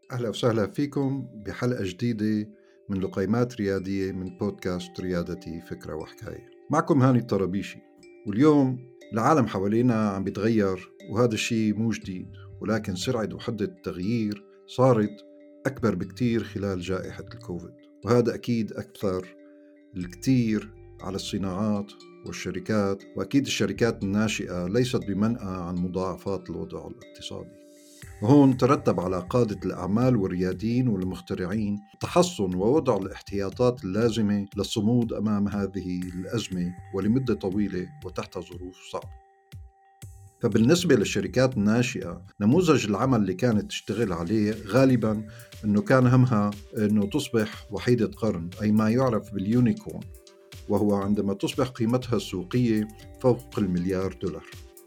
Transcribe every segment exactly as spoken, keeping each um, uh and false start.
أهلا وسهلا فيكم بحلقة جديدة من لقيمات ريادية من بودكاست ريادتي فكرة وحكاية. معكم هاني الطرابيشي، واليوم العالم حوالينا عم بيتغير، وهذا الشيء مو جديد، ولكن سرعة وحدة التغيير صارت أكبر بكتير خلال جائحة الكوفيد، وهذا أكيد أكثر الكتير على الصناعات والشركات، وأكيد الشركات الناشئة ليست بمنأى عن مضاعفات الوضع الاقتصادي. وهون ترتب على قادة الأعمال والرياديين والمخترعين تحصن ووضع الاحتياطات اللازمة للصمود أمام هذه الأزمة ولمدة طويلة وتحت ظروف صعبة. فبالنسبة للشركات الناشئة، نموذج العمل اللي كانت تشتغل عليه غالباً أنه كان همها أنه تصبح وحيدة قرن، أي ما يعرف باليونيكورن، وهو عندما تصبح قيمتها السوقية فوق المليار دولار.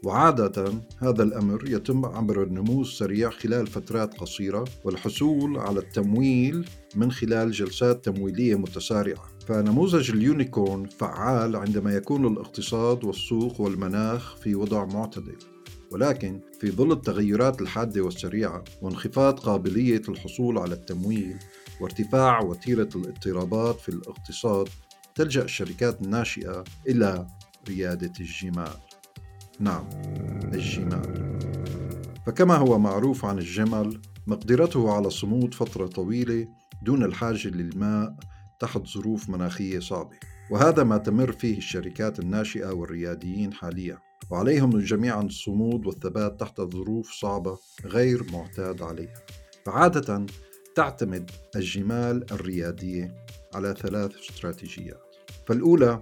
وعادة هذا الأمر يتم عبر النمو السريع خلال فترات قصيرة والحصول على التمويل من خلال جلسات تمويلية متسارعة. فنموذج اليونيكورن فعال عندما يكون الاقتصاد والسوق والمناخ في وضع معتدل، ولكن في ظل التغيرات الحادة والسريعة وانخفاض قابلية الحصول على التمويل وارتفاع وتيرة الاضطرابات في الاقتصاد، تلجأ الشركات الناشئة إلى ريادة الجمال. نعم، الجمال. فكما هو معروف عن الجمل، مقدرته على الصمود فترة طويلة دون الحاجة للماء تحت ظروف مناخية صعبة، وهذا ما تمر فيه الشركات الناشئة والرياديين حاليا، وعليهم جميعا الصمود والثبات تحت ظروف صعبة غير معتاد عليها. فعادة تعتمد الجمال الريادية على ثلاث استراتيجيات. فالأولى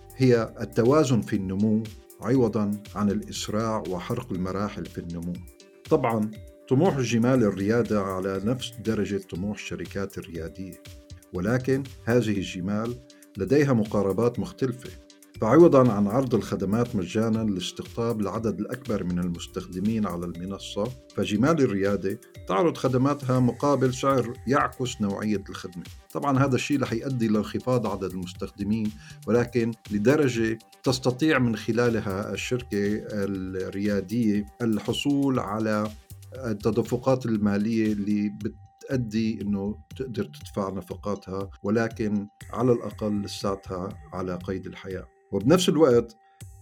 هي التوازن في النمو عوضاً عن الإسراع وحرق المراحل في النمو. طبعاً طموح الجمال الريادة على نفس درجة طموح الشركات الريادية، ولكن هذه الجمال لديها مقاربات مختلفة. فعوضاً عن عرض الخدمات مجاناً لاستقطاب العدد الأكبر من المستخدمين على المنصة، فجمال الريادة تعرض خدماتها مقابل سعر يعكس نوعية الخدمة. طبعاً هذا الشيء رح يؤدي لانخفاض عدد المستخدمين، ولكن لدرجة تستطيع من خلالها الشركة الريادية الحصول على التدفقات المالية اللي بتأدي أنه تقدر تدفع نفقاتها، ولكن على الأقل لساتها على قيد الحياة. وبنفس الوقت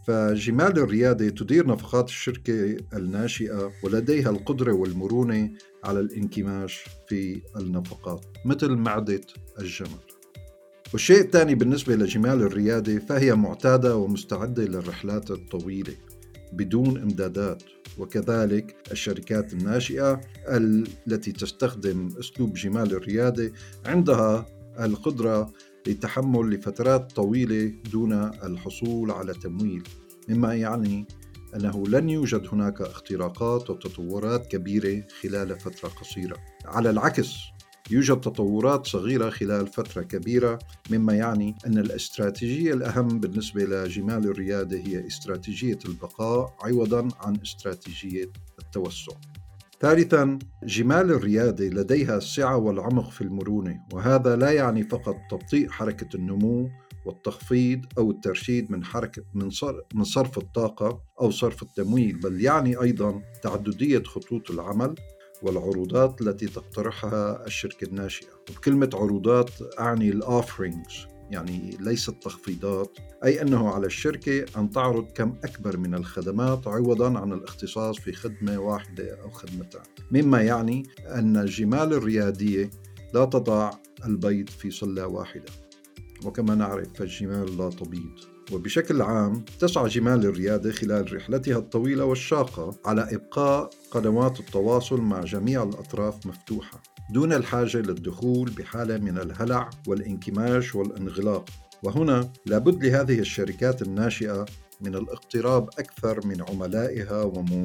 فجمال الريادة تدير نفقات الشركة الناشئة ولديها القدرة والمرونة على الانكماش في النفقات مثل معدة الجمل. والشيء الثاني بالنسبة لجمال الريادة، فهي معتادة ومستعدة للرحلات الطويلة بدون امدادات. وكذلك الشركات الناشئة التي تستخدم أسلوب جمال الريادة عندها القدرة للتحمل لفترات طويلة دون الحصول على تمويل، مما يعني أنه لن يوجد هناك اختراقات وتطورات كبيرة خلال فترة قصيرة. على العكس، يوجد تطورات صغيرة خلال فترة كبيرة، مما يعني أن الاستراتيجية الأهم بالنسبة لجمال الريادة هي استراتيجية البقاء عوضاً عن استراتيجية التوسع. ثالثاً، جمال الريادة لديها السعة والعمق في المرونة، وهذا لا يعني فقط تبطيء حركة النمو والتخفيض أو الترشيد من حركة من من صرف الطاقة أو صرف التمويل، بل يعني أيضاً تعددية خطوط العمل والعروضات التي تقترحها الشركة الناشئة. وبكلمة عروضات أعني الأوفرينجز، يعني ليست تخفيضات، أي أنه على الشركة أن تعرض كم أكبر من الخدمات عوضاً عن الاختصاص في خدمة واحدة أو خدمتين، مما يعني أن الجمال الريادية لا تضع البيض في سلة واحدة، وكما نعرف فالجمال لا تبيض. وبشكل عام تسعى جمال الريادة خلال رحلتها الطويلة والشاقة على إبقاء قنوات التواصل مع جميع الأطراف مفتوحة دون الحاجة للدخول بحالة من الهلع والانكماش والانغلاق. وهنا لابد لهذه الشركات الناشئة من الاقتراب أكثر من عملائها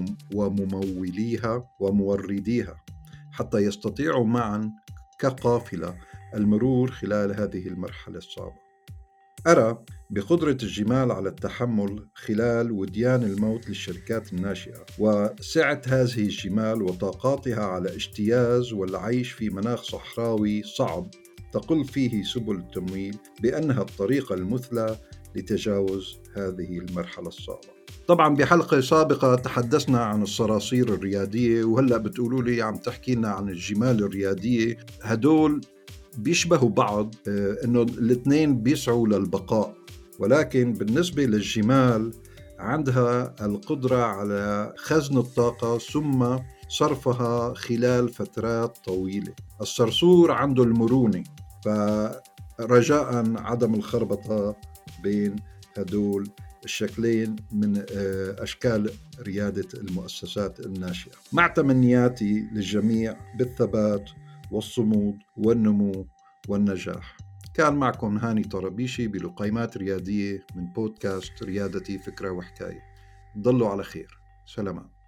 ومموليها ومورديها حتى يستطيعوا معا كقافلة المرور خلال هذه المرحلة الصعبة. أرى بقدرة الجمال على التحمل خلال وديان الموت للشركات الناشئة وسعة هذه الجمال وطاقاتها على اجتياز والعيش في مناخ صحراوي صعب تقل فيه سبل التمويل بأنها الطريقة المثلى لتجاوز هذه المرحلة الصعبة. طبعا بحلقة سابقة تحدثنا عن الصراصير الريادية، وهلأ بتقولوا لي عم تحكي لنا عن الجمال الريادية. هدول بيشبهوا بعض، إنه الاثنين بيسعوا للبقاء، ولكن بالنسبة للجمال عندها القدرة على خزن الطاقة ثم صرفها خلال فترات طويلة. الصرصور عنده المرونة، فرجاء عدم الخربطة بين هدول الشكلين من أشكال ريادة المؤسسات الناشئة. مع تمنياتي للجميع بالثبات والصمود والنمو والنجاح. كان معكم هاني طرابيشي بلقيمات ريادية من بودكاست ريادتي فكرة وحكاية. ضلوا على خير. سلامات.